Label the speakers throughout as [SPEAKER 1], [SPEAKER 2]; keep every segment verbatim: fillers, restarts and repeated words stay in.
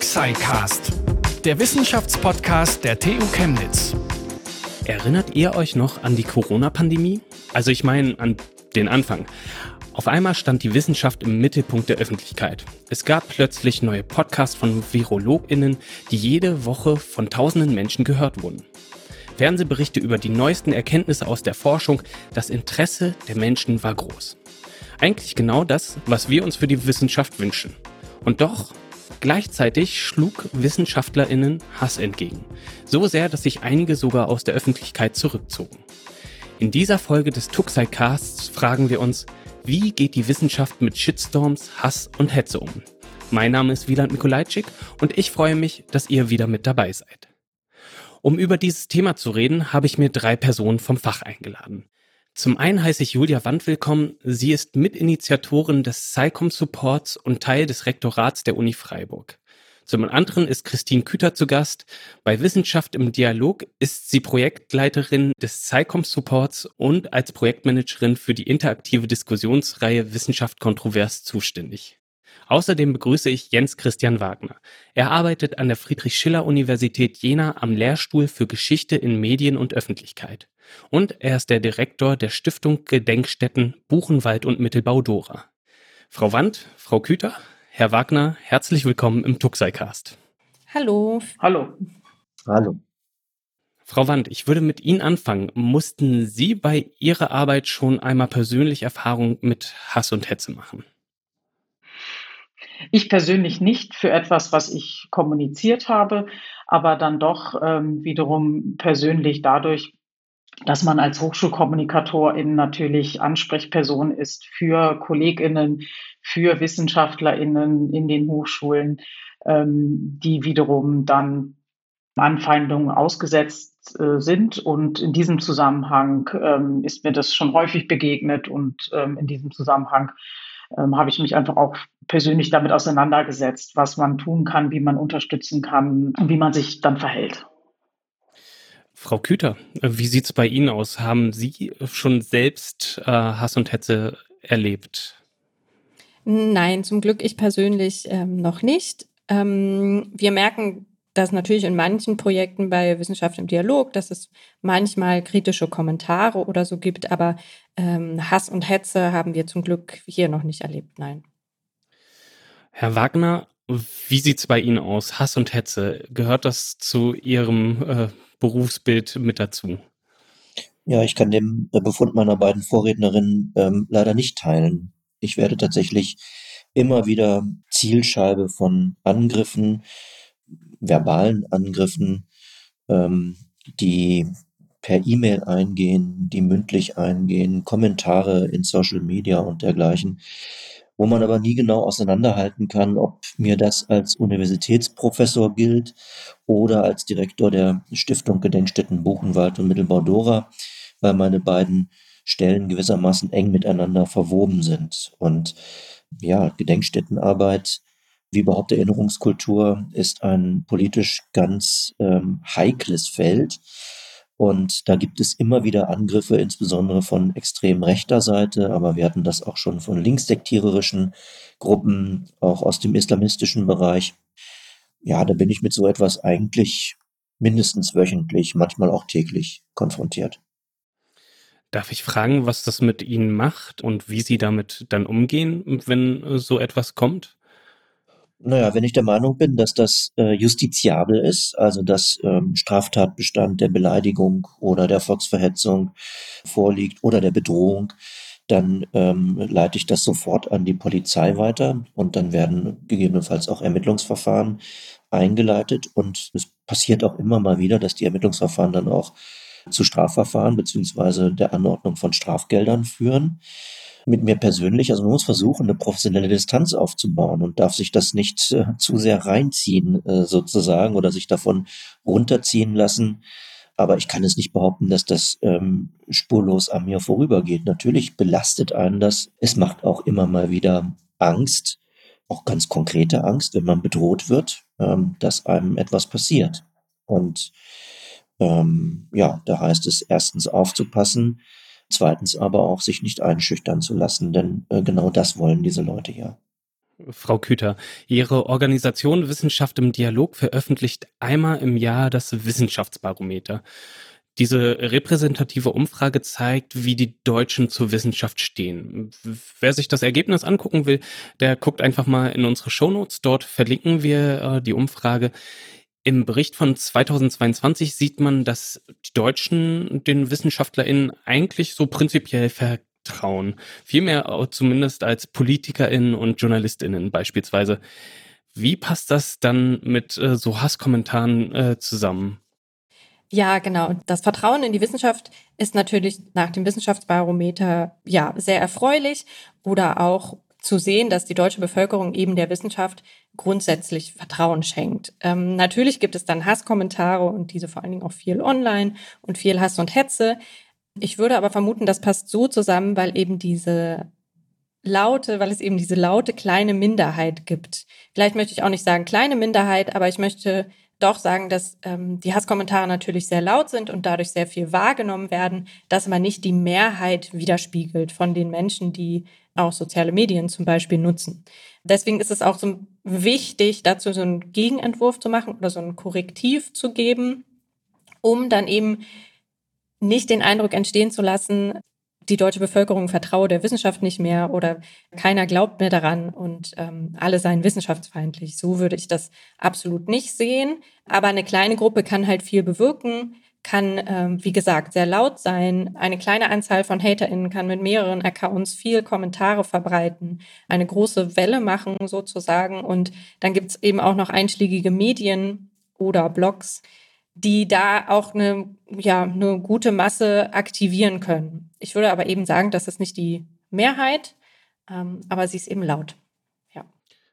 [SPEAKER 1] TuxIcast, der Wissenschaftspodcast der T U Chemnitz.
[SPEAKER 2] Erinnert ihr euch noch an die Corona-Pandemie? Also ich meine an den Anfang. Auf einmal stand die Wissenschaft im Mittelpunkt der Öffentlichkeit. Es gab plötzlich neue Podcasts von VirologInnen, die jede Woche von tausenden Menschen gehört wurden. Fernsehberichte über die neuesten Erkenntnisse aus der Forschung, das Interesse der Menschen war groß. Eigentlich genau das, was wir uns für die Wissenschaft wünschen. Und doch, gleichzeitig schlug WissenschaftlerInnen Hass entgegen. So sehr, dass sich einige sogar aus der Öffentlichkeit zurückzogen. In dieser Folge des TuxIcasts fragen wir uns, wie geht die Wissenschaft mit Shitstorms, Hass und Hetze um? Mein Name ist Wieland Mikolajczyk und ich freue mich, dass ihr wieder mit dabei seid. Um über dieses Thema zu reden, habe ich mir drei Personen vom Fach eingeladen. Zum einen heiße ich Julia Wandt willkommen. Sie ist Mitinitiatorin des SciComm-Supports und Teil des Rektorats der Uni Freiburg. Zum anderen ist Christine Küter zu Gast. Bei Wissenschaft im Dialog ist sie Projektleiterin des SciComm-Supports und als Projektmanagerin für die interaktive Diskussionsreihe Wissenschaft kontrovers zuständig. Außerdem begrüße ich Jens Christian Wagner. Er arbeitet an der Friedrich-Schiller-Universität Jena am Lehrstuhl für Geschichte in Medien und Öffentlichkeit. Und er ist der Direktor der Stiftung Gedenkstätten Buchenwald und Mittelbau-Dora. Frau Wandt, Frau Küter, Herr Wagner, herzlich willkommen im TuxIcast.
[SPEAKER 3] Hallo.
[SPEAKER 4] Hallo.
[SPEAKER 5] Hallo.
[SPEAKER 2] Frau Wandt, ich würde mit Ihnen anfangen. Mussten Sie bei Ihrer Arbeit schon einmal persönlich Erfahrung mit Hass und Hetze machen?
[SPEAKER 4] Ich persönlich nicht für etwas, was ich kommuniziert habe, aber dann doch ähm, wiederum persönlich dadurch, dass man als Hochschulkommunikatorin natürlich Ansprechperson ist für KollegInnen, für WissenschaftlerInnen in den Hochschulen, ähm, die wiederum dann Anfeindungen ausgesetzt äh, sind. Und in diesem Zusammenhang ähm, ist mir das schon häufig begegnet und ähm, in diesem Zusammenhang ähm, habe ich mich einfach auch persönlich damit auseinandergesetzt, was man tun kann, wie man unterstützen kann und wie man sich dann verhält.
[SPEAKER 2] Frau Küter, wie sieht's bei Ihnen aus? Haben Sie schon selbst äh, Hass und Hetze erlebt?
[SPEAKER 3] Nein, zum Glück ich persönlich ähm, noch nicht. Ähm, wir merken das natürlich in manchen Projekten bei Wissenschaft im Dialog, dass es manchmal kritische Kommentare oder so gibt, aber ähm, Hass und Hetze haben wir zum Glück hier noch nicht erlebt, nein.
[SPEAKER 2] Herr Wagner, wie sieht's bei Ihnen aus? Hass und Hetze, gehört das zu Ihrem äh, Berufsbild mit dazu?
[SPEAKER 5] Ja, ich kann den Befund meiner beiden Vorrednerinnen ähm, leider nicht teilen. Ich werde tatsächlich immer wieder Zielscheibe von Angriffen, verbalen Angriffen, ähm, die per E-Mail eingehen, die mündlich eingehen, Kommentare in Social Media und dergleichen, wo man aber nie genau auseinanderhalten kann, ob mir das als Universitätsprofessor gilt oder als Direktor der Stiftung Gedenkstätten Buchenwald und Mittelbau-Dora, weil meine beiden Stellen gewissermaßen eng miteinander verwoben sind. Und ja, Gedenkstättenarbeit, wie überhaupt Erinnerungskultur, ist ein politisch ganz ähm, heikles Feld. Und da gibt es immer wieder Angriffe, insbesondere von extrem rechter Seite, aber wir hatten das auch schon von linkssektiererischen Gruppen, auch aus dem islamistischen Bereich. Ja, da bin ich mit so etwas eigentlich mindestens wöchentlich, manchmal auch täglich konfrontiert.
[SPEAKER 2] Darf ich fragen, was das mit Ihnen macht und wie Sie damit dann umgehen, wenn so etwas kommt?
[SPEAKER 5] Naja, wenn ich der Meinung bin, dass das äh, justiziabel ist, also dass ähm, Straftatbestand der Beleidigung oder der Volksverhetzung vorliegt oder der Bedrohung, dann ähm, leite ich das sofort an die Polizei weiter und dann werden gegebenenfalls auch Ermittlungsverfahren eingeleitet und es passiert auch immer mal wieder, dass die Ermittlungsverfahren dann auch zu Strafverfahren beziehungsweise der Anordnung von Strafgeldern führen. Mit mir persönlich, also man muss versuchen, eine professionelle Distanz aufzubauen und darf sich das nicht äh, zu sehr reinziehen äh, sozusagen oder sich davon runterziehen lassen. Aber ich kann es nicht behaupten, dass das ähm, spurlos an mir vorübergeht. Natürlich belastet einen das. Es macht auch immer mal wieder Angst, auch ganz konkrete Angst, wenn man bedroht wird, ähm, dass einem etwas passiert. Und ähm, ja, da heißt es erstens aufzupassen, zweitens aber auch sich nicht einschüchtern zu lassen, denn äh, genau das wollen diese Leute ja.
[SPEAKER 2] Frau Küter, Ihre Organisation Wissenschaft im Dialog veröffentlicht einmal im Jahr das Wissenschaftsbarometer. Diese repräsentative Umfrage zeigt, wie die Deutschen zur Wissenschaft stehen. Wer sich das Ergebnis angucken will, der guckt einfach mal in unsere Shownotes. Dort verlinken wir äh, die Umfrage. Im Bericht von zweitausendzweiundzwanzig sieht man, dass die Deutschen den WissenschaftlerInnen eigentlich so prinzipiell vertrauen. Viel mehr auch zumindest als PolitikerInnen und JournalistInnen beispielsweise. Wie passt das dann mit äh, so Hasskommentaren äh, zusammen?
[SPEAKER 3] Ja, genau. Das Vertrauen in die Wissenschaft ist natürlich nach dem Wissenschaftsbarometer ja sehr erfreulich oder auch zu sehen, dass die deutsche Bevölkerung eben der Wissenschaft grundsätzlich Vertrauen schenkt. Ähm, natürlich gibt es dann Hasskommentare und diese vor allen Dingen auch viel online und viel Hass und Hetze. Ich würde aber vermuten, das passt so zusammen, weil eben diese laute, weil es eben diese laute kleine Minderheit gibt. Vielleicht möchte ich auch nicht sagen kleine Minderheit, aber ich möchte doch sagen, dass ähm, die Hasskommentare natürlich sehr laut sind und dadurch sehr viel wahrgenommen werden, dass man nicht die Mehrheit widerspiegelt von den Menschen, die auch soziale Medien zum Beispiel nutzen. Deswegen ist es auch so wichtig, dazu so einen Gegenentwurf zu machen oder so ein Korrektiv zu geben, um dann eben nicht den Eindruck entstehen zu lassen, die deutsche Bevölkerung vertraue der Wissenschaft nicht mehr oder keiner glaubt mehr daran und ähm, alle seien wissenschaftsfeindlich. So würde ich das absolut nicht sehen. Aber eine kleine Gruppe kann halt viel bewirken, kann, ähm, wie gesagt, sehr laut sein. Eine kleine Anzahl von HaterInnen kann mit mehreren Accounts viel Kommentare verbreiten, eine große Welle machen sozusagen. Und dann gibt es eben auch noch einschlägige Medien oder Blogs, die da auch eine, ja, eine gute Masse aktivieren können. Ich würde aber eben sagen, das ist nicht die Mehrheit, ähm, aber sie ist eben laut. Ja.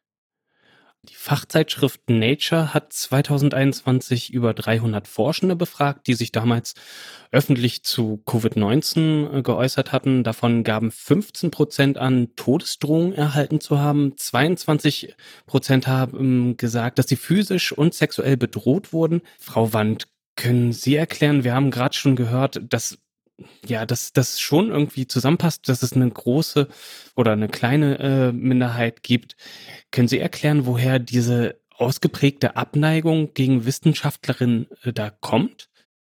[SPEAKER 2] Die Fachzeitschrift Nature hat zweitausendeinundzwanzig über dreihundert Forschende befragt, die sich damals öffentlich zu Covid neunzehn geäußert hatten. Davon gaben fünfzehn Prozent an, Todesdrohungen erhalten zu haben. zweiundzwanzig Prozent haben gesagt, dass sie physisch und sexuell bedroht wurden. Frau Wandt, können Sie erklären, wir haben gerade schon gehört, dass ja, dass das schon irgendwie zusammenpasst, dass es eine große oder eine kleine äh, Minderheit gibt. Können Sie erklären, woher diese ausgeprägte Abneigung gegen Wissenschaftlerinnen äh, da kommt?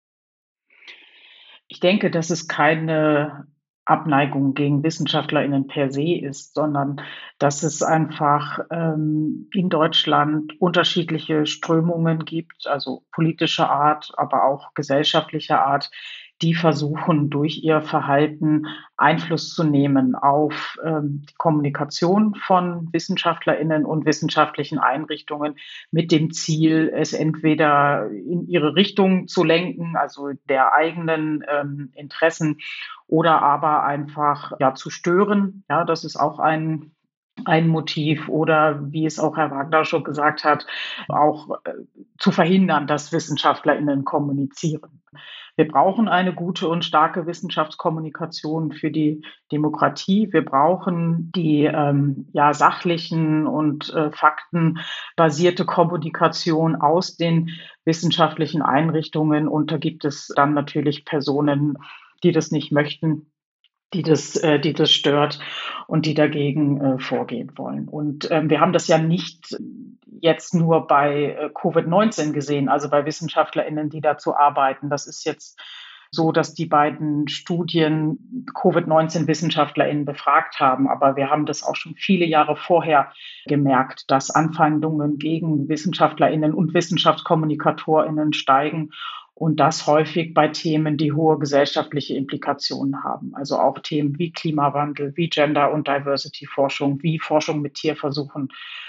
[SPEAKER 4] Ich denke, dass es keine Abneigung gegen WissenschaftlerInnen per se ist, sondern dass es einfach ähm, in Deutschland unterschiedliche Strömungen gibt, also politischer Art, aber auch gesellschaftlicher Art, die versuchen, durch ihr Verhalten Einfluss zu nehmen auf ähm, die Kommunikation von WissenschaftlerInnen und wissenschaftlichen Einrichtungen mit dem Ziel, es entweder in ihre Richtung zu lenken, also der eigenen ähm, Interessen, oder aber einfach ja zu stören. Ja, das ist auch ein ein Motiv oder wie es auch Herr Wagner schon gesagt hat, auch äh, zu verhindern, dass WissenschaftlerInnen kommunizieren. Wir brauchen eine gute und starke Wissenschaftskommunikation für die Demokratie. Wir brauchen die ähm, ja, sachlichen und äh, faktenbasierte Kommunikation aus den wissenschaftlichen Einrichtungen. Und da gibt es dann natürlich Personen, die das nicht möchten, die das, äh, die das stört und die dagegen äh, vorgehen wollen. Und ähm, wir haben das ja nicht jetzt nur bei äh, Covid neunzehn gesehen, also bei WissenschaftlerInnen, die dazu arbeiten. Das ist jetzt so, dass die beiden Studien Covid neunzehn WissenschaftlerInnen befragt haben. Aber wir haben das auch schon viele Jahre vorher gemerkt, dass Anfeindungen gegen WissenschaftlerInnen und WissenschaftskommunikatorInnen steigen. Und das häufig bei Themen, die hohe gesellschaftliche Implikationen haben. Also auch Themen wie Klimawandel, wie Gender- und Diversity-Forschung, wie Forschung mit Tierversuchen.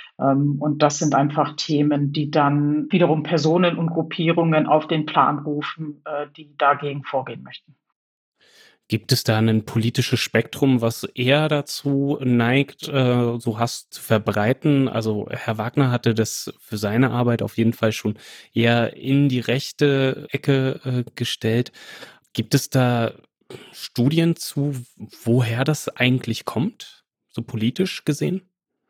[SPEAKER 4] Und das sind einfach Themen, die dann wiederum Personen und Gruppierungen auf den Plan rufen, die dagegen vorgehen möchten.
[SPEAKER 2] Gibt es da ein politisches Spektrum, was eher dazu neigt, äh, so Hass zu verbreiten? Also Herr Wagner hatte das für seine Arbeit auf jeden Fall schon eher in die rechte Ecke äh, gestellt. Gibt es da Studien zu, woher das eigentlich kommt, so politisch gesehen?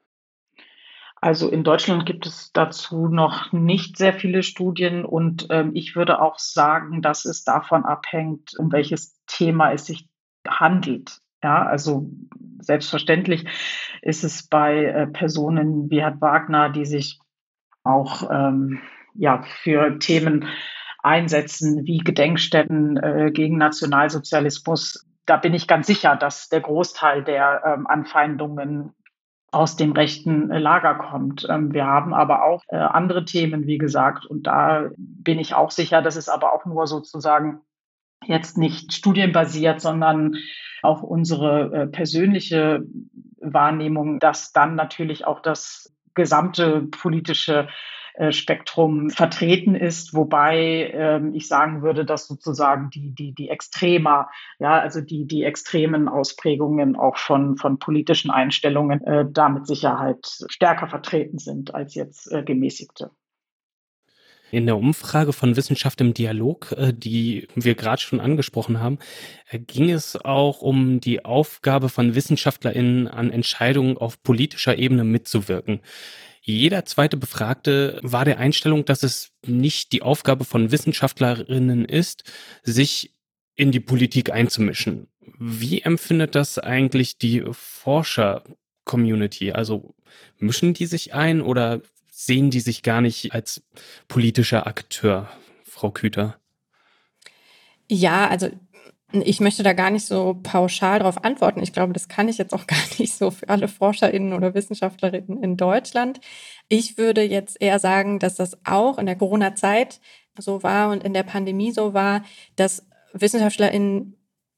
[SPEAKER 4] Also in Deutschland gibt es dazu noch nicht sehr viele Studien und ähm, ich würde auch sagen, dass es davon abhängt, um welches Thema es sich handelt. Ja, also selbstverständlich ist es bei äh, Personen wie Herrn Wagner, die sich auch ähm, ja, für Themen einsetzen wie Gedenkstätten äh, gegen Nationalsozialismus. Da bin ich ganz sicher, dass der Großteil der ähm, Anfeindungen aus dem rechten äh, Lager kommt. Ähm, wir haben aber auch äh, andere Themen, wie gesagt, und da bin ich auch sicher, das ist aber auch nur sozusagen jetzt nicht studienbasiert, sondern auch unsere äh, persönliche Wahrnehmung, dass dann natürlich auch das gesamte politische äh, Spektrum vertreten ist, wobei ähm, ich sagen würde, dass sozusagen die die die Extremer, ja, also die die extremen Ausprägungen auch von von politischen Einstellungen äh, da mit Sicherheit stärker vertreten sind als jetzt äh, gemäßigte.
[SPEAKER 2] In der Umfrage von Wissenschaft im Dialog, äh, die wir gerade schon angesprochen haben, äh, ging es auch um die Aufgabe von WissenschaftlerInnen an Entscheidungen auf politischer Ebene mitzuwirken. Jeder zweite Befragte war der Einstellung, dass es nicht die Aufgabe von WissenschaftlerInnen ist, sich in die Politik einzumischen. Wie empfindet das eigentlich die Forscher-Community? Also mischen die sich ein oder sehen die sich gar nicht als politischer Akteur, Frau Küter?
[SPEAKER 3] Ja, also ich möchte da gar nicht so pauschal darauf antworten. Ich glaube, das kann ich jetzt auch gar nicht so für alle ForscherInnen oder WissenschaftlerInnen in Deutschland. Ich würde jetzt eher sagen, dass das auch in der Corona-Zeit so war und in der Pandemie so war, dass WissenschaftlerInnen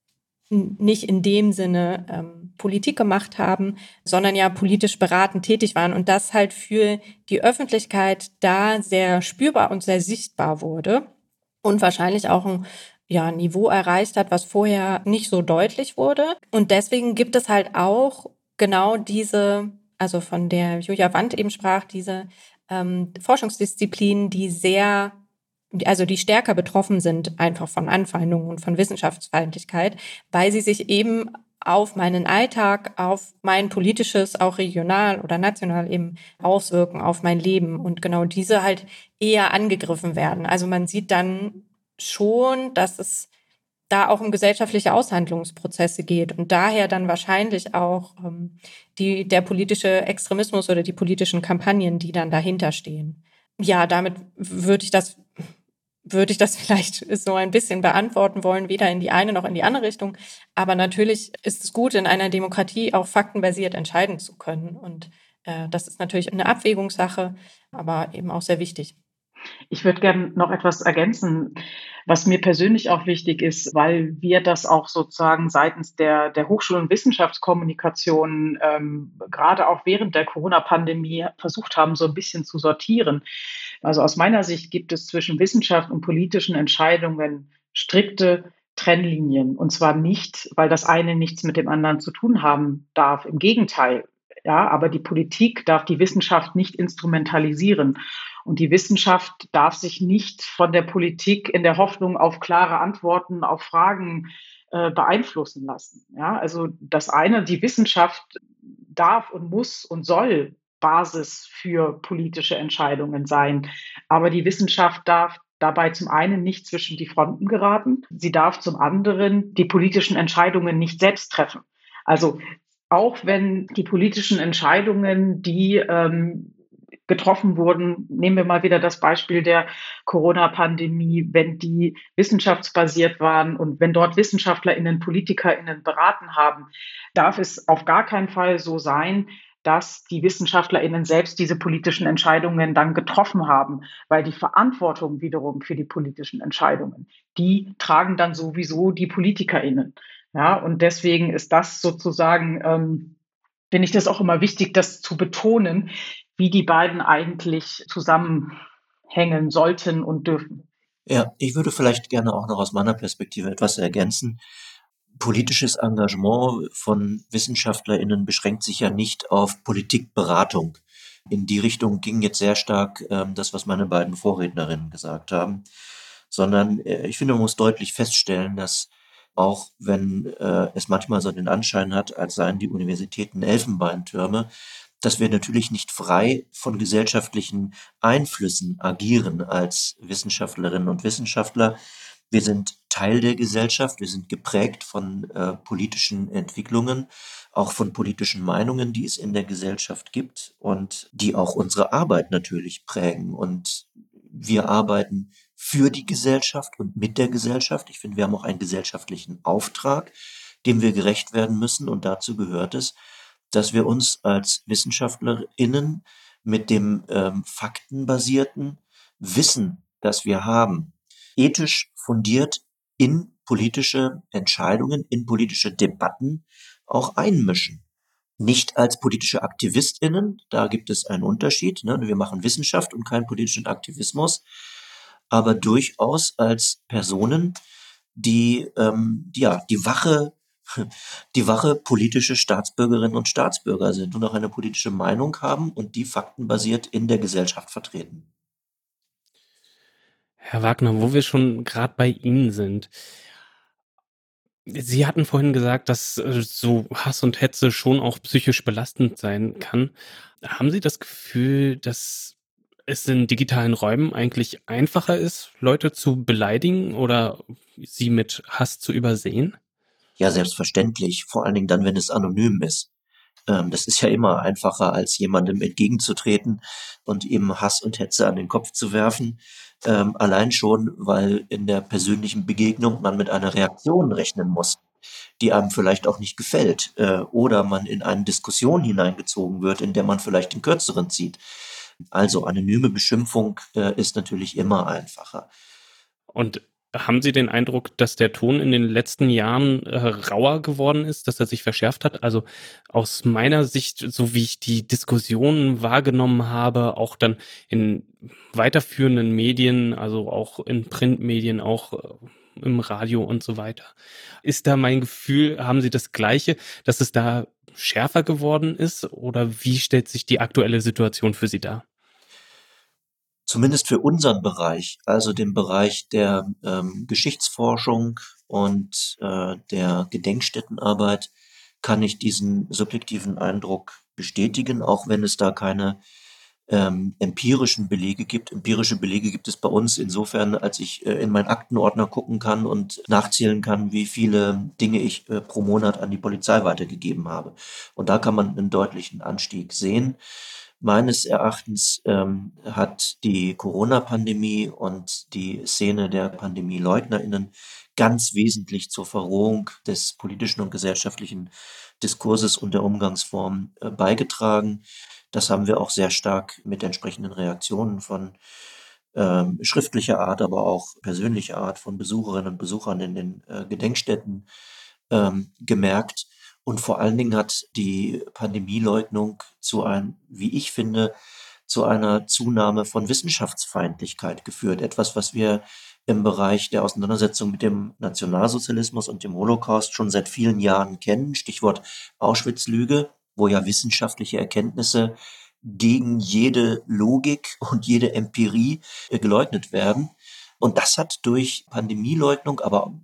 [SPEAKER 3] nicht in dem Sinne ähm, Politik gemacht haben, sondern ja politisch beratend tätig waren und das halt für die Öffentlichkeit da sehr spürbar und sehr sichtbar wurde und wahrscheinlich auch ein ja, Niveau erreicht hat, was vorher nicht so deutlich wurde. Und deswegen gibt es halt auch genau diese, also von der Julia Wandt eben sprach, diese ähm, Forschungsdisziplinen, die sehr also die stärker betroffen sind einfach von Anfeindungen und von Wissenschaftsfeindlichkeit, weil sie sich eben auf meinen Alltag, auf mein politisches, auch regional oder national eben auswirken, auf mein Leben und genau diese halt eher angegriffen werden. Also man sieht dann schon, dass es da auch um gesellschaftliche Aushandlungsprozesse geht und daher dann wahrscheinlich auch ähm, die, der politische Extremismus oder die politischen Kampagnen, die dann dahinter stehen. Ja, damit würde ich das würde ich das vielleicht so ein bisschen beantworten wollen, weder in die eine noch in die andere Richtung. Aber natürlich ist es gut, in einer Demokratie auch faktenbasiert entscheiden zu können. Und äh, das ist natürlich eine Abwägungssache, aber eben auch sehr wichtig.
[SPEAKER 4] Ich würde gerne noch etwas ergänzen, was mir persönlich auch wichtig ist, weil wir das auch sozusagen seitens der, der Hochschul- und Wissenschaftskommunikation ähm, gerade auch während der Corona-Pandemie versucht haben, so ein bisschen zu sortieren. Also aus meiner Sicht gibt es zwischen Wissenschaft und politischen Entscheidungen strikte Trennlinien. Und zwar nicht, weil das eine nichts mit dem anderen zu tun haben darf. Im Gegenteil. Ja, aber die Politik darf die Wissenschaft nicht instrumentalisieren. Und die Wissenschaft darf sich nicht von der Politik in der Hoffnung auf klare Antworten auf Fragen äh, beeinflussen lassen. Ja, also das eine, die Wissenschaft darf und muss und soll Basis für politische Entscheidungen sein. Aber die Wissenschaft darf dabei zum einen nicht zwischen die Fronten geraten. Sie darf zum anderen die politischen Entscheidungen nicht selbst treffen. Also auch wenn die politischen Entscheidungen, die ähm, getroffen wurden, nehmen wir mal wieder das Beispiel der Corona-Pandemie, wenn die wissenschaftsbasiert waren und wenn dort WissenschaftlerInnen, PolitikerInnen beraten haben, darf es auf gar keinen Fall so sein, dass die WissenschaftlerInnen selbst diese politischen Entscheidungen dann getroffen haben, weil die Verantwortung wiederum für die politischen Entscheidungen, die tragen dann sowieso die PolitikerInnen. Ja, und deswegen ist das sozusagen, ähm, finde ich das auch immer wichtig, das zu betonen, wie die beiden eigentlich zusammenhängen sollten und dürfen.
[SPEAKER 5] Ja, ich würde vielleicht gerne auch noch aus meiner Perspektive etwas ergänzen. Politisches Engagement von WissenschaftlerInnen beschränkt sich ja nicht auf Politikberatung. In die Richtung ging jetzt sehr stark ähm, das, was meine beiden Vorrednerinnen gesagt haben, sondern äh, ich finde, man muss deutlich feststellen, dass auch wenn äh, es manchmal so den Anschein hat, als seien die Universitäten Elfenbeintürme, dass wir natürlich nicht frei von gesellschaftlichen Einflüssen agieren als Wissenschaftlerinnen und Wissenschaftler. Wir sind Teil der Gesellschaft, wir sind geprägt von äh, politischen Entwicklungen, auch von politischen Meinungen, die es in der Gesellschaft gibt und die auch unsere Arbeit natürlich prägen. Und wir arbeiten für die Gesellschaft und mit der Gesellschaft. Ich finde, wir haben auch einen gesellschaftlichen Auftrag, dem wir gerecht werden müssen. Und dazu gehört es, dass wir uns als WissenschaftlerInnen mit dem ähm, faktenbasierten Wissen, das wir haben, ethisch fundiert in politische Entscheidungen, in politische Debatten auch einmischen. Nicht als politische AktivistInnen, da gibt es einen Unterschied. Ne? Wir machen Wissenschaft und keinen politischen Aktivismus, aber durchaus als Personen, die ähm, ja die wache, die wache politische Staatsbürgerinnen und Staatsbürger sind und auch eine politische Meinung haben und die faktenbasiert in der Gesellschaft vertreten.
[SPEAKER 2] Herr Wagner, wo wir schon gerade bei Ihnen sind. Sie hatten vorhin gesagt, dass äh, so Hass und Hetze schon auch psychisch belastend sein kann. Haben Sie das Gefühl, dass es in digitalen Räumen eigentlich einfacher ist, Leute zu beleidigen oder sie mit Hass zu übersehen?
[SPEAKER 5] Ja, selbstverständlich. Vor allen Dingen dann, wenn es anonym ist. Ähm, das ist ja immer einfacher, als jemandem entgegenzutreten und ihm Hass und Hetze an den Kopf zu werfen. Ähm, allein schon, weil in der persönlichen Begegnung man mit einer Reaktion rechnen muss, die einem vielleicht auch nicht gefällt. Äh, oder man in eine Diskussion hineingezogen wird, in der man vielleicht den Kürzeren zieht. Also anonyme Beschimpfung äh, ist natürlich immer einfacher.
[SPEAKER 2] Und haben Sie den Eindruck, dass der Ton in den letzten Jahren äh, rauer geworden ist, dass er sich verschärft hat? Also aus meiner Sicht, so wie ich die Diskussionen wahrgenommen habe, auch dann in weiterführenden Medien, also auch in Printmedien, auch äh, im Radio und so weiter, ist da mein Gefühl, haben Sie das Gleiche, dass es da schärfer geworden ist? Oder wie stellt sich die aktuelle Situation für Sie dar?
[SPEAKER 5] Zumindest für unseren Bereich, also den Bereich der ähm, Geschichtsforschung und äh, der Gedenkstättenarbeit, kann ich diesen subjektiven Eindruck bestätigen, auch wenn es da keine ähm, empirischen Belege gibt. Empirische Belege gibt es bei uns insofern, als ich äh, in meinen Aktenordner gucken kann und nachzählen kann, wie viele Dinge ich äh, pro Monat an die Polizei weitergegeben habe. Und da kann man einen deutlichen Anstieg sehen. Meines Erachtens ähm, hat die Corona-Pandemie und die Szene der PandemieleugnerInnen ganz wesentlich zur Verrohung des politischen und gesellschaftlichen Diskurses und der Umgangsform äh, beigetragen. Das haben wir auch sehr stark mit entsprechenden Reaktionen von ähm, schriftlicher Art, aber auch persönlicher Art von Besucherinnen und Besuchern in den äh, Gedenkstätten ähm, gemerkt. Und vor allen Dingen hat die Pandemieleugnung zu einem, wie ich finde, zu einer Zunahme von Wissenschaftsfeindlichkeit geführt. Etwas, was wir im Bereich der Auseinandersetzung mit dem Nationalsozialismus und dem Holocaust schon seit vielen Jahren kennen. Stichwort Auschwitz-Lüge, wo ja wissenschaftliche Erkenntnisse gegen jede Logik und jede Empirie äh, geleugnet werden. Und das hat durch Pandemieleugnung, aber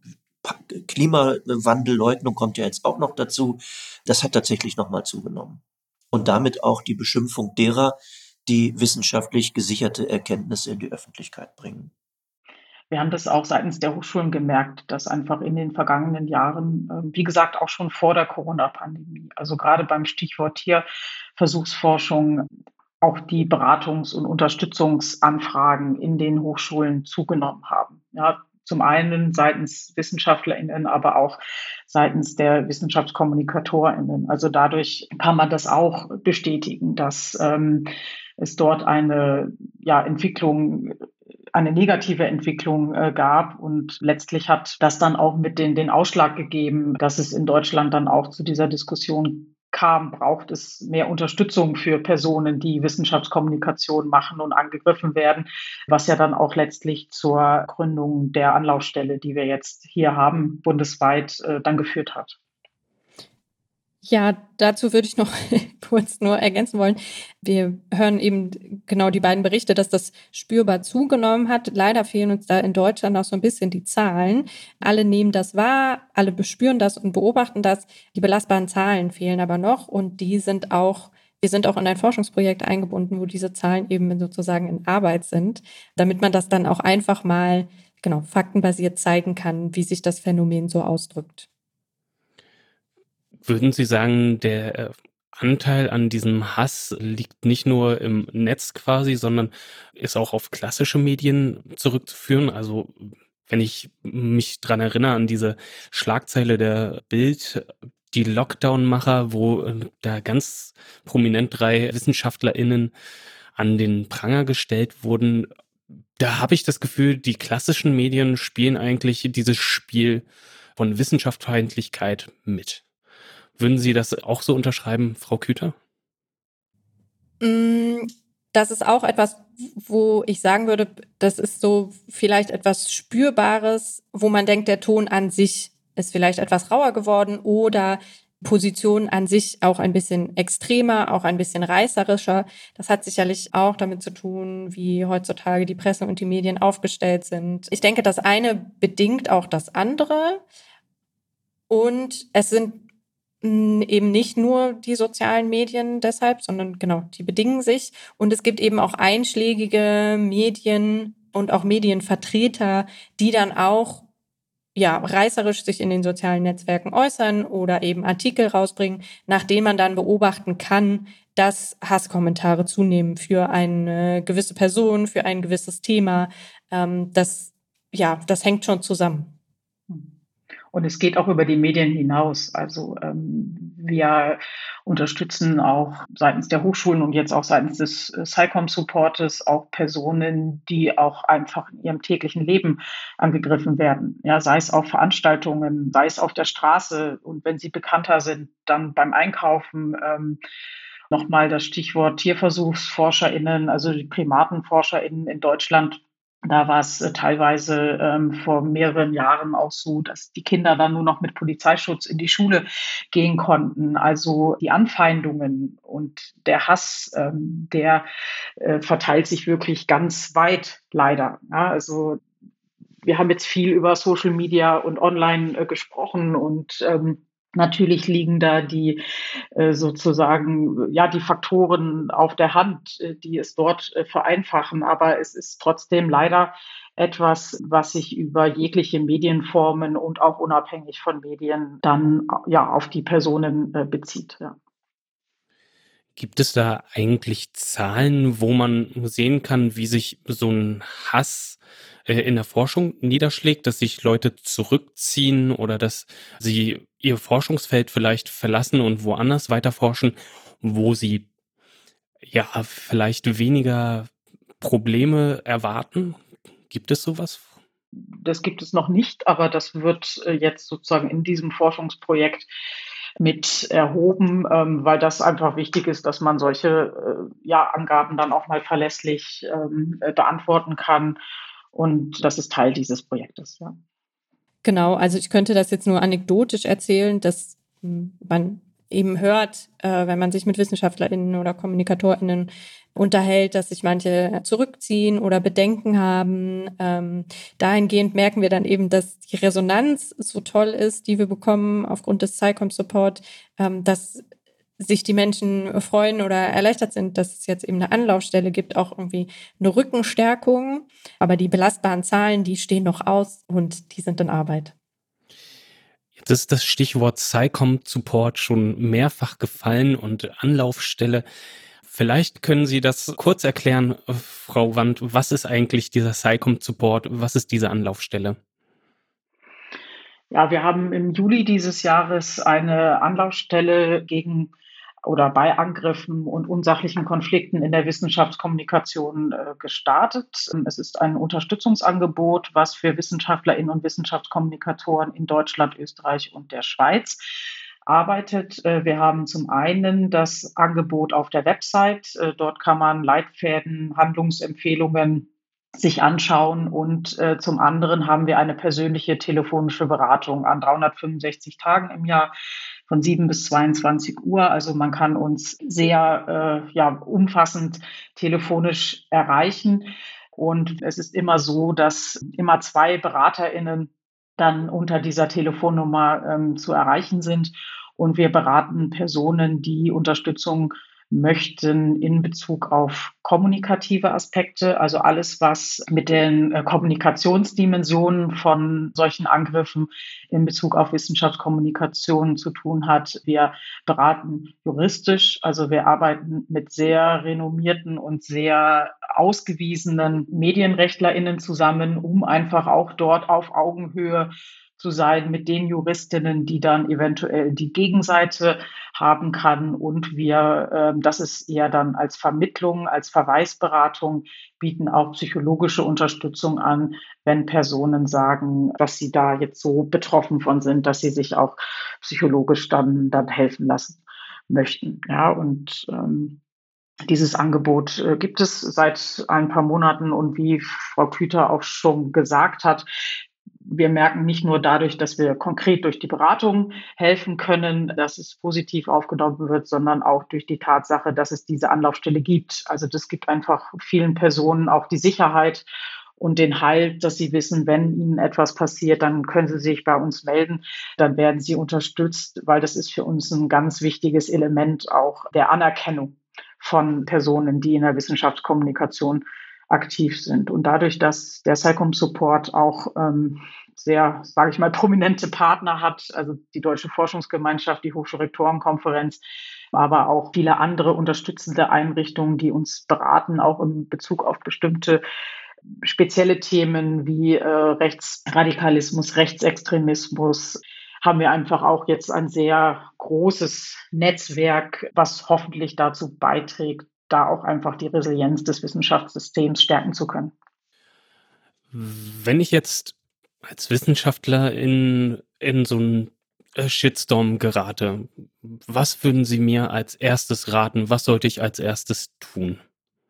[SPEAKER 5] Klimawandelleugnung kommt ja jetzt auch noch dazu. Das hat tatsächlich nochmal zugenommen. Und damit auch die Beschimpfung derer, die wissenschaftlich gesicherte Erkenntnisse in die Öffentlichkeit bringen.
[SPEAKER 4] Wir haben das auch seitens der Hochschulen gemerkt, dass einfach in den vergangenen Jahren, wie gesagt, auch schon vor der Corona-Pandemie, also gerade beim Stichwort Tierversuchsforschung, auch die Beratungs- und Unterstützungsanfragen in den Hochschulen zugenommen haben. Ja, zum einen seitens WissenschaftlerInnen, aber auch seitens der WissenschaftskommunikatorInnen. Also dadurch kann man das auch bestätigen, dass ähm, es dort eine ja, Entwicklung, eine negative Entwicklung äh, gab. Und letztlich hat das dann auch mit den, den Ausschlag gegeben, dass es in Deutschland dann auch zu dieser Diskussion kam, braucht es mehr Unterstützung für Personen, die Wissenschaftskommunikation machen und angegriffen werden, was ja dann auch letztlich zur Gründung der Anlaufstelle, die wir jetzt hier haben, bundesweit äh, dann geführt hat.
[SPEAKER 3] Ja, dazu würde ich noch kurz nur ergänzen wollen. Wir hören eben genau die beiden Berichte, dass das spürbar zugenommen hat. Leider fehlen uns da in Deutschland auch so ein bisschen die Zahlen. Alle nehmen das wahr, alle bespüren das und beobachten das. Die belastbaren Zahlen fehlen aber noch und die sind auch, wir sind auch in ein Forschungsprojekt eingebunden, wo diese Zahlen eben sozusagen in Arbeit sind, damit man das dann auch einfach mal genau faktenbasiert zeigen kann, wie sich das Phänomen so ausdrückt.
[SPEAKER 2] Würden Sie sagen, der äh, Anteil an diesem Hass liegt nicht nur im Netz quasi, sondern ist auch auf klassische Medien zurückzuführen? Also wenn ich mich dran erinnere an diese Schlagzeile der Bild, die Lockdown-Macher, wo äh, da ganz prominent drei WissenschaftlerInnen an den Pranger gestellt wurden, da habe ich das Gefühl, die klassischen Medien spielen eigentlich dieses Spiel von Wissenschaftsfeindlichkeit mit. Würden Sie das auch so unterschreiben, Frau Küter?
[SPEAKER 3] Mm, Das ist auch etwas, wo ich sagen würde, das ist so vielleicht etwas Spürbares, wo man denkt, der Ton an sich ist vielleicht etwas rauer geworden oder Position an sich auch ein bisschen extremer, auch ein bisschen reißerischer. Das hat sicherlich auch damit zu tun, wie heutzutage die Presse und die Medien aufgestellt sind. Ich denke, das eine bedingt auch das andere. Und es sind mh, eben nicht nur die sozialen Medien deshalb, sondern genau, die bedingen sich. Und es gibt eben auch einschlägige Medien und auch Medienvertreter, die dann auch ja, reißerisch sich in den sozialen Netzwerken äußern oder eben Artikel rausbringen, nach denen man dann beobachten kann, dass Hasskommentare zunehmen für eine gewisse Person, für ein gewisses Thema. Ähm, das, ja, das hängt schon zusammen.
[SPEAKER 4] Und es geht auch über die Medien hinaus. Also ähm, wir unterstützen auch seitens der Hochschulen und jetzt auch seitens des äh, SciComm-Supportes auch Personen, die auch einfach in ihrem täglichen Leben angegriffen werden. Ja, sei es auf Veranstaltungen, sei es auf der Straße und wenn sie bekannter sind, dann beim Einkaufen. Ähm, Nochmal das Stichwort TierversuchsforscherInnen, also die PrimatenforscherInnen in Deutschland. Da war es äh, teilweise ähm, vor mehreren Jahren auch so, dass die Kinder dann nur noch mit Polizeischutz in die Schule gehen konnten. Also die Anfeindungen und der Hass, ähm, der äh, verteilt sich wirklich ganz weit, leider. Ja, also wir haben jetzt viel über Social Media und Online äh, gesprochen und ähm, natürlich liegen da die äh, sozusagen, ja, die Faktoren auf der Hand, äh, die es dort äh, vereinfachen. Aber es ist trotzdem leider etwas, was sich über jegliche Medienformen und auch unabhängig von Medien dann ja auf die Personen äh, bezieht. Ja.
[SPEAKER 2] Gibt es da eigentlich Zahlen, wo man sehen kann, wie sich so ein Hass äh, in der Forschung niederschlägt, dass sich Leute zurückziehen oder dass sie ihr Forschungsfeld vielleicht verlassen und woanders weiter forschen, wo sie ja vielleicht weniger Probleme erwarten? Gibt es sowas?
[SPEAKER 4] Das gibt es noch nicht, aber das wird äh, jetzt sozusagen in diesem Forschungsprojekt mit erhoben, ähm, weil das einfach wichtig ist, dass man solche äh, ja, Angaben dann auch mal verlässlich ähm, äh, beantworten kann. Und das ist Teil dieses Projektes. Ja.
[SPEAKER 3] Genau, also ich könnte das jetzt nur anekdotisch erzählen, dass mh, man eben hört, äh, wenn man sich mit WissenschaftlerInnen oder KommunikatorInnen unterhält, dass sich manche zurückziehen oder Bedenken haben. Ähm, dahingehend merken wir dann eben, dass die Resonanz so toll ist, die wir bekommen aufgrund des SciComm-Support, ähm, dass sich die Menschen freuen oder erleichtert sind, dass es jetzt eben eine Anlaufstelle gibt, auch irgendwie eine Rückenstärkung. Aber die belastbaren Zahlen, die stehen noch aus und die sind in Arbeit.
[SPEAKER 2] Jetzt ist das Stichwort SciComm-Support schon mehrfach gefallen und Anlaufstelle. Vielleicht können Sie das kurz erklären, Frau Wandt, was ist eigentlich dieser SciComm-Support, was ist diese Anlaufstelle?
[SPEAKER 4] Ja, wir haben im Juli dieses Jahres eine Anlaufstelle gegen oder bei Angriffen und unsachlichen Konflikten in der Wissenschaftskommunikation äh, gestartet. Es ist ein Unterstützungsangebot, was für WissenschaftlerInnen und Wissenschaftskommunikatoren in Deutschland, Österreich und der Schweiz arbeitet. Äh, wir haben zum einen das Angebot auf der Website. Äh, dort kann man Leitfäden, Handlungsempfehlungen sich anschauen und äh, zum anderen haben wir eine persönliche telefonische Beratung an dreihundertfünfundsechzig Tagen im Jahr von sieben bis zweiundzwanzig Uhr. Also man kann uns sehr äh, ja, umfassend telefonisch erreichen und es ist immer so, dass immer zwei BeraterInnen dann unter dieser Telefonnummer ähm, zu erreichen sind und wir beraten Personen, die Unterstützung möchten in Bezug auf kommunikative Aspekte, also alles, was mit den äh, Kommunikationsdimensionen von solchen Angriffen in Bezug auf Wissenschaftskommunikation zu tun hat. Wir beraten juristisch, also wir arbeiten mit sehr renommierten und sehr ausgewiesenen MedienrechtlerInnen zusammen, um einfach auch dort auf Augenhöhe zu sein mit den Juristinnen, die dann eventuell die Gegenseite haben kann. Und wir, äh, das ist eher dann als Vermittlung, als Verweisberatung, bieten auch psychologische Unterstützung an, wenn Personen sagen, dass sie da jetzt so betroffen von sind, dass sie sich auch psychologisch dann, dann helfen lassen möchten. Ja, und ähm, dieses Angebot äh, gibt es seit ein paar Monaten. Und wie Frau Küter auch schon gesagt hat, wir merken nicht nur dadurch, dass wir konkret durch die Beratung helfen können, dass es positiv aufgenommen wird, sondern auch durch die Tatsache, dass es diese Anlaufstelle gibt. Also das gibt einfach vielen Personen auch die Sicherheit und den Halt, dass sie wissen, wenn ihnen etwas passiert, dann können sie sich bei uns melden, dann werden sie unterstützt, weil das ist für uns ein ganz wichtiges Element auch der Anerkennung von Personen, die in der Wissenschaftskommunikation aktiv sind. Und dadurch, dass der SciComm Support auch ähm, sehr, sage ich mal, prominente Partner hat, also die Deutsche Forschungsgemeinschaft, die Hochschulrektorenkonferenz, aber auch viele andere unterstützende Einrichtungen, die uns beraten, auch in Bezug auf bestimmte spezielle Themen wie äh, Rechtsradikalismus, Rechtsextremismus, haben wir einfach auch jetzt ein sehr großes Netzwerk, was hoffentlich dazu beiträgt, da auch einfach die Resilienz des Wissenschaftssystems stärken zu können.
[SPEAKER 2] Wenn ich jetzt als Wissenschaftler in, in so einen Shitstorm gerate, was würden Sie mir als erstes raten? Was sollte ich als erstes tun?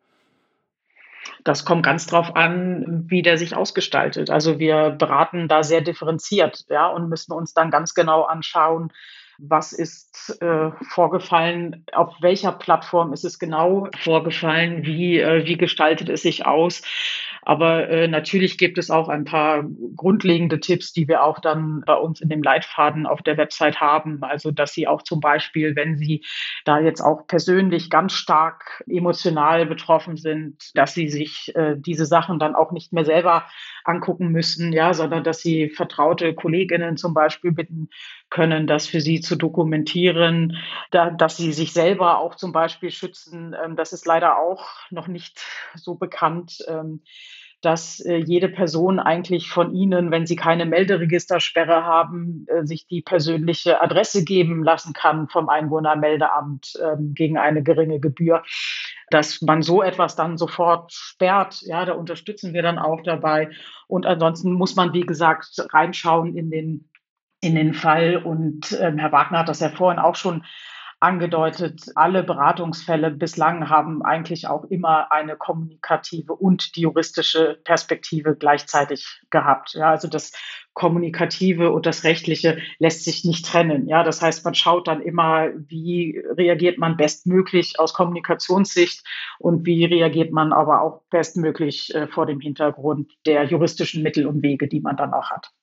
[SPEAKER 4] Das kommt ganz drauf an, wie der sich ausgestaltet. Also wir beraten da sehr differenziert, ja, und müssen uns dann ganz genau anschauen, was ist äh, vorgefallen, auf welcher Plattform ist es genau vorgefallen, wie, äh, wie gestaltet es sich aus. Aber äh, natürlich gibt es auch ein paar grundlegende Tipps, die wir auch dann bei uns in dem Leitfaden auf der Website haben. Also dass Sie auch zum Beispiel, wenn Sie da jetzt auch persönlich ganz stark emotional betroffen sind, dass Sie sich äh, diese Sachen dann auch nicht mehr selber angucken müssen, ja, sondern dass Sie vertraute Kolleginnen zum Beispiel bitten können, das für Sie zu dokumentieren, da, dass Sie sich selber auch zum Beispiel schützen. Ähm, das ist leider auch noch nicht so bekannt. Ähm, dass äh, jede Person eigentlich von Ihnen, wenn Sie keine Melderegistersperre haben, äh, sich die persönliche Adresse geben lassen kann vom Einwohnermeldeamt ähm, gegen eine geringe Gebühr. Dass man so etwas dann sofort sperrt, ja, da unterstützen wir dann auch dabei. Und ansonsten muss man, wie gesagt, reinschauen in den, in den Fall. Und ähm, Herr Wagner hat das ja vorhin auch schon angedeutet, alle Beratungsfälle bislang haben eigentlich auch immer eine kommunikative und die juristische Perspektive gleichzeitig gehabt. Ja, also das Kommunikative und das Rechtliche lässt sich nicht trennen. Ja, das heißt, man schaut dann immer, wie reagiert man bestmöglich aus Kommunikationssicht und wie reagiert man aber auch bestmöglich äh, vor dem Hintergrund der juristischen Mittel und Wege, die man dann auch hat.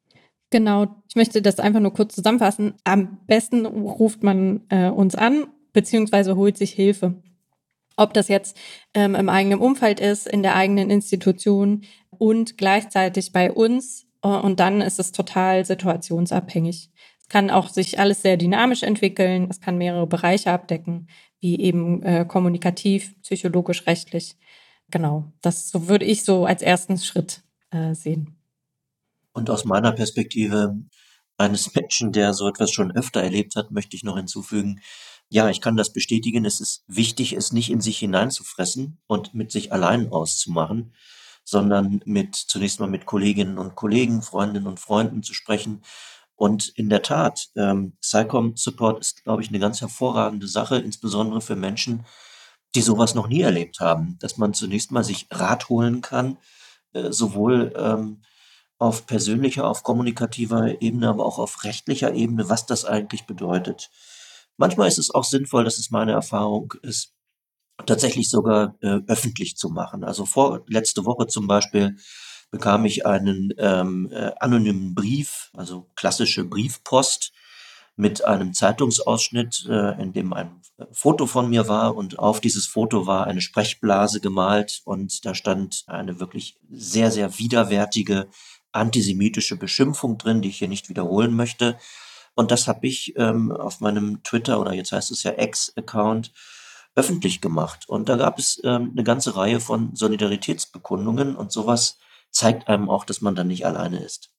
[SPEAKER 3] Genau, ich möchte das einfach nur kurz zusammenfassen. Am besten ruft man äh, uns an, beziehungsweise holt sich Hilfe. Ob das jetzt ähm, im eigenen Umfeld ist, in der eigenen Institution und gleichzeitig bei uns. Äh, und dann ist es total situationsabhängig. Es kann auch sich alles sehr dynamisch entwickeln. Es kann mehrere Bereiche abdecken, wie eben äh, kommunikativ, psychologisch, rechtlich. Genau, das so würde ich so als ersten Schritt äh, sehen.
[SPEAKER 5] Und aus meiner Perspektive eines Menschen, der so etwas schon öfter erlebt hat, möchte ich noch hinzufügen, ja, ich kann das bestätigen, es ist wichtig, es nicht in sich hineinzufressen und mit sich allein auszumachen, sondern mit zunächst mal mit Kolleginnen und Kollegen, Freundinnen und Freunden zu sprechen. Und in der Tat, ähm, SciComm Support ist, glaube ich, eine ganz hervorragende Sache, insbesondere für Menschen, die sowas noch nie erlebt haben, dass man zunächst mal sich Rat holen kann, äh, sowohl ähm, auf persönlicher, auf kommunikativer Ebene, aber auch auf rechtlicher Ebene, was das eigentlich bedeutet. Manchmal ist es auch sinnvoll, das ist meine Erfahrung, ist tatsächlich sogar äh, öffentlich zu machen. Also vor letzte Woche zum Beispiel bekam ich einen ähm, äh, anonymen Brief, also klassische Briefpost, mit einem Zeitungsausschnitt, äh, in dem ein Foto von mir war, und auf dieses Foto war eine Sprechblase gemalt und da stand eine wirklich sehr, sehr widerwärtige antisemitische Beschimpfung drin, die ich hier nicht wiederholen möchte. Und das habe ich ähm, auf meinem Twitter, oder jetzt heißt es ja X-Account, öffentlich gemacht. Und da gab es ähm, eine ganze Reihe von Solidaritätsbekundungen, und sowas zeigt einem auch, dass man da nicht alleine ist.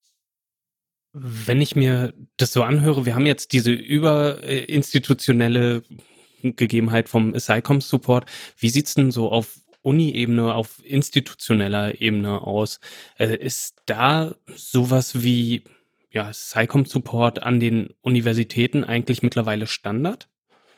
[SPEAKER 2] Wenn ich mir das so anhöre, wir haben jetzt diese überinstitutionelle Gegebenheit vom SciComm-Support. Wie sieht's denn so auf Uni-Ebene, auf institutioneller Ebene aus? Äh, ist da sowas wie ja, SciComm-Support an den Universitäten eigentlich mittlerweile Standard?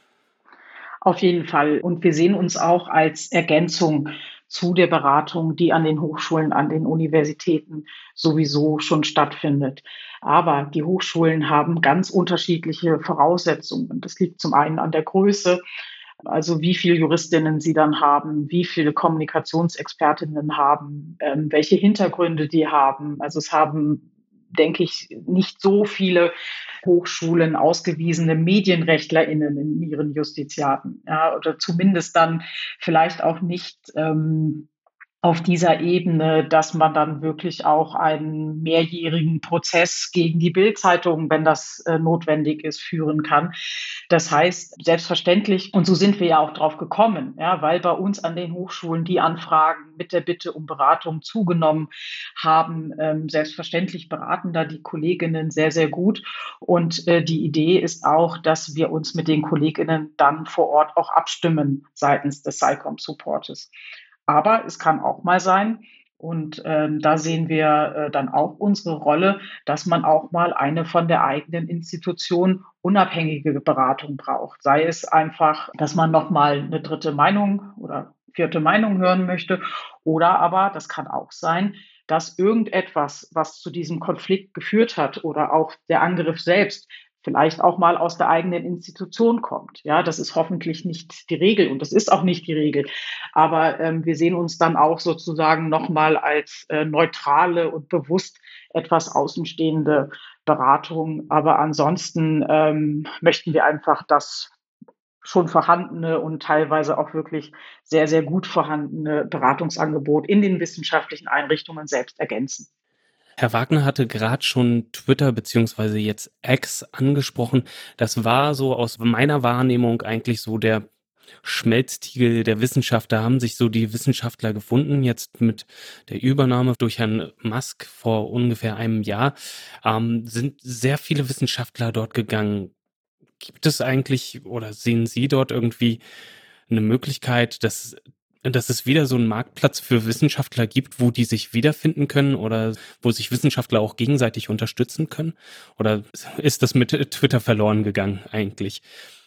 [SPEAKER 4] Auf jeden Fall. Und wir sehen uns auch als Ergänzung zu der Beratung, die an den Hochschulen, an den Universitäten sowieso schon stattfindet. Aber die Hochschulen haben ganz unterschiedliche Voraussetzungen. Das liegt zum einen an der Größe, also wie viele Juristinnen sie dann haben, wie viele Kommunikationsexpertinnen haben, ähm, welche Hintergründe die haben. Also es haben, denke ich, nicht so viele Hochschulen ausgewiesene MedienrechtlerInnen in ihren Justiziaten, ja, oder zumindest dann vielleicht auch nicht ähm, auf dieser Ebene, dass man dann wirklich auch einen mehrjährigen Prozess gegen die Bild-Zeitung, wenn das äh, notwendig ist, führen kann. Das heißt, selbstverständlich, und so sind wir ja auch drauf gekommen, ja, weil bei uns an den Hochschulen die Anfragen mit der Bitte um Beratung zugenommen haben. Ähm, selbstverständlich beraten da die Kolleginnen sehr, sehr gut. Und äh, die Idee ist auch, dass wir uns mit den Kolleginnen dann vor Ort auch abstimmen seitens des SciComm-Supportes. Aber es kann auch mal sein, und ähm, da sehen wir äh, dann auch unsere Rolle, dass man auch mal eine von der eigenen Institution unabhängige Beratung braucht. Sei es einfach, dass man nochmal eine dritte Meinung oder vierte Meinung hören möchte, oder aber, das kann auch sein, dass irgendetwas, was zu diesem Konflikt geführt hat, oder auch der Angriff selbst, vielleicht auch mal aus der eigenen Institution kommt. Ja, das ist hoffentlich nicht die Regel, und das ist auch nicht die Regel. Aber ähm, wir sehen uns dann auch sozusagen nochmal als äh, neutrale und bewusst etwas außenstehende Beratung. Aber ansonsten ähm, möchten wir einfach das schon vorhandene und teilweise auch wirklich sehr, sehr gut vorhandene Beratungsangebot in den wissenschaftlichen Einrichtungen selbst ergänzen.
[SPEAKER 2] Herr Wagner hatte gerade schon Twitter beziehungsweise jetzt X angesprochen. Das war so aus meiner Wahrnehmung eigentlich so der Schmelztiegel der Wissenschaft. Da haben sich so die Wissenschaftler gefunden, jetzt mit der Übernahme durch Herrn Musk vor ungefähr einem Jahr, ähm, sind sehr viele Wissenschaftler dort gegangen. Gibt es eigentlich oder sehen Sie dort irgendwie eine Möglichkeit, dass dass es wieder so einen Marktplatz für Wissenschaftler gibt, wo die sich wiederfinden können oder wo sich Wissenschaftler auch gegenseitig unterstützen können? Oder ist das mit Twitter verloren gegangen eigentlich?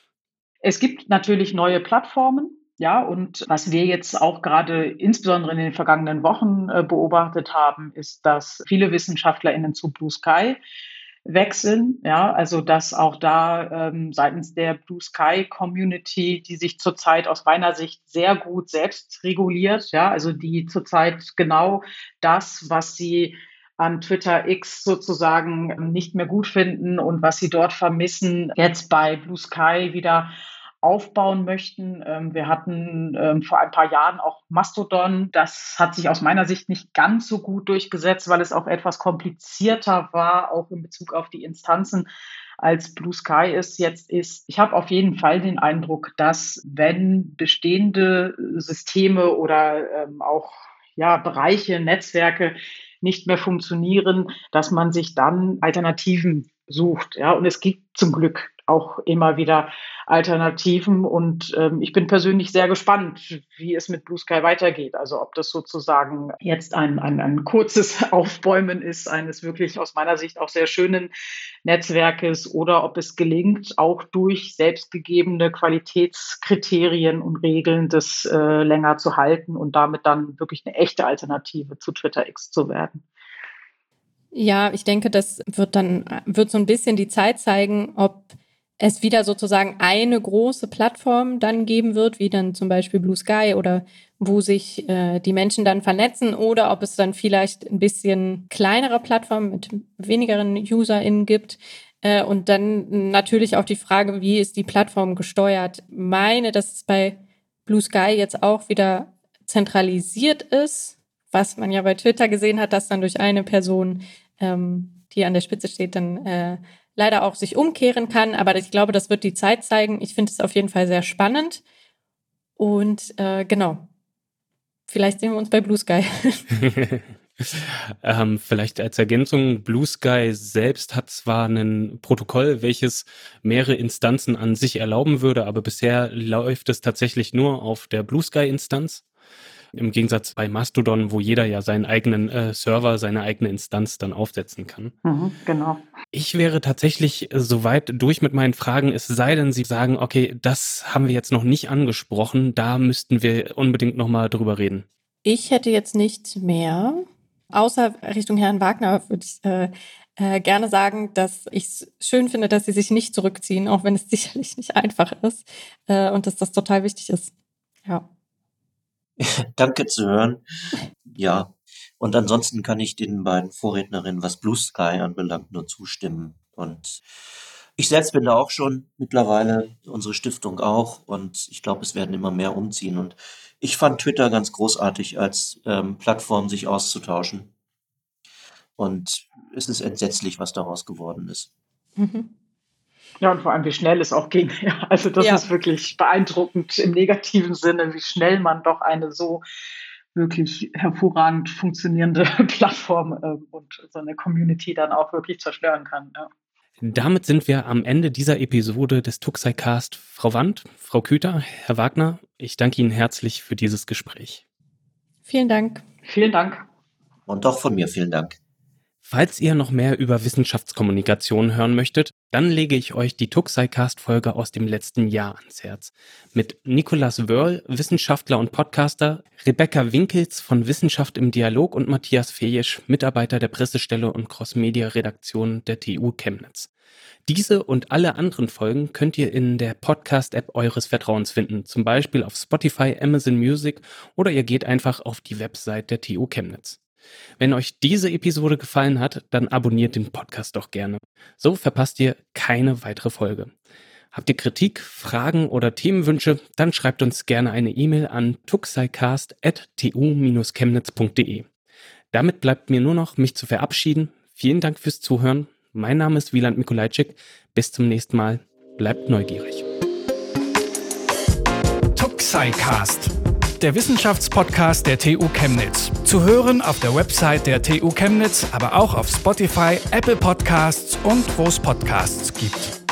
[SPEAKER 4] Es gibt natürlich neue Plattformen. Ja, und was wir jetzt auch gerade insbesondere in den vergangenen Wochen äh, beobachtet haben, ist, dass viele WissenschaftlerInnen zu Blue Sky wechseln. Ja, also dass auch da ähm, seitens der Blue Sky Community, die sich zurzeit aus meiner Sicht sehr gut selbst reguliert, ja, also die zurzeit genau das, was sie an Twitter X sozusagen nicht mehr gut finden und was sie dort vermissen, jetzt bei Blue Sky wieder aufbauen möchten. Ähm, wir hatten ähm, vor ein paar Jahren auch Mastodon. Das hat sich aus meiner Sicht nicht ganz so gut durchgesetzt, weil es auch etwas komplizierter war, auch in Bezug auf die Instanzen, als Blue Sky es jetzt ist. Ich habe auf jeden Fall den Eindruck, dass wenn bestehende Systeme oder ähm, auch ja, Bereiche, Netzwerke nicht mehr funktionieren, dass man sich dann Alternativen sucht. Ja, und es gibt zum Glück auch immer wieder Alternativen. Und ähm, ich bin persönlich sehr gespannt, wie es mit Blue Sky weitergeht. Also ob das sozusagen jetzt ein, ein, ein kurzes Aufbäumen ist eines wirklich aus meiner Sicht auch sehr schönen Netzwerkes, oder ob es gelingt, auch durch selbstgegebene Qualitätskriterien und Regeln das äh, länger zu halten und damit dann wirklich eine echte Alternative zu Twitter X zu werden.
[SPEAKER 3] Ja, ich denke, das wird dann, wird so ein bisschen die Zeit zeigen, ob es wieder sozusagen eine große Plattform dann geben wird, wie dann zum Beispiel Blue Sky, oder wo sich äh, die Menschen dann vernetzen, oder ob es dann vielleicht ein bisschen kleinere Plattformen mit wenigeren UserInnen gibt. Äh, und dann natürlich auch die Frage, wie ist die Plattform gesteuert? Ich meine, dass es bei Blue Sky jetzt auch wieder zentralisiert ist, was man ja bei Twitter gesehen hat, dass dann durch eine Person, ähm, die an der Spitze steht, dann äh, leider auch sich umkehren kann. Aber ich glaube, das wird die Zeit zeigen. Ich finde es auf jeden Fall sehr spannend. Und äh, genau, vielleicht sehen wir uns bei Blue Sky.
[SPEAKER 2] ähm, vielleicht als Ergänzung, Blue Sky selbst hat zwar ein Protokoll, welches mehrere Instanzen an sich erlauben würde, aber bisher läuft es tatsächlich nur auf der Blue Sky-Instanz. Im Gegensatz bei Mastodon, wo jeder ja seinen eigenen äh, Server, seine eigene Instanz dann aufsetzen kann.
[SPEAKER 4] Mhm, genau.
[SPEAKER 2] Ich wäre tatsächlich soweit durch mit meinen Fragen, es sei denn, Sie sagen, okay, das haben wir jetzt noch nicht angesprochen, da müssten wir unbedingt nochmal drüber reden.
[SPEAKER 3] Ich hätte jetzt nicht mehr, außer Richtung Herrn Wagner würde ich äh, äh, gerne sagen, dass ich es schön finde, dass Sie sich nicht zurückziehen, auch wenn es sicherlich nicht einfach ist äh, und dass das total wichtig ist. Ja.
[SPEAKER 5] Danke zu hören. Ja, und ansonsten kann ich den beiden Vorrednerinnen, was Blue Sky anbelangt, nur zustimmen. Und ich selbst bin da auch schon mittlerweile, unsere Stiftung auch. Und ich glaube, es werden immer mehr umziehen. Und ich fand Twitter ganz großartig als ähm, Plattform, sich auszutauschen. Und es ist entsetzlich, was daraus geworden ist.
[SPEAKER 3] Mhm.
[SPEAKER 4] Ja, und vor allem, wie schnell es auch ging. Ja, also das
[SPEAKER 3] Ja.
[SPEAKER 4] ist wirklich beeindruckend im negativen Sinne, wie schnell man doch eine so wirklich hervorragend funktionierende Plattform äh, und so eine Community dann auch wirklich zerstören kann. Ja.
[SPEAKER 2] Damit sind wir am Ende dieser Episode des Tuxicast. Frau Wandt, Frau Küter, Herr Wagner, ich danke Ihnen herzlich für dieses Gespräch.
[SPEAKER 3] Vielen Dank.
[SPEAKER 4] Vielen Dank.
[SPEAKER 5] Und auch von mir vielen Dank.
[SPEAKER 2] Falls ihr noch mehr über Wissenschaftskommunikation hören möchtet, dann lege ich euch die Tuxicast-Folge aus dem letzten Jahr ans Herz. Mit Nicolas Wörl, Wissenschaftler und Podcaster, Rebecca Winkels von Wissenschaft im Dialog und Matthias Fejesch, Mitarbeiter der Pressestelle und Cross-Media-Redaktion der T U Chemnitz. Diese und alle anderen Folgen könnt ihr in der Podcast-App eures Vertrauens finden, zum Beispiel auf Spotify, Amazon Music oder ihr geht einfach auf die Website der T U Chemnitz. Wenn euch diese Episode gefallen hat, dann abonniert den Podcast doch gerne. So verpasst ihr keine weitere Folge. Habt ihr Kritik, Fragen oder Themenwünsche, dann schreibt uns gerne eine E-Mail an tuxicast at t u dash chemnitz punkt d e. Damit bleibt mir nur noch, mich zu verabschieden. Vielen Dank fürs Zuhören. Mein Name ist Wieland Mikolajczyk. Bis zum nächsten Mal. Bleibt neugierig.
[SPEAKER 1] Tuxicast, der Wissenschaftspodcast der T U Chemnitz. Zu hören auf der Website der T U Chemnitz, aber auch auf Spotify, Apple Podcasts und wo es Podcasts gibt.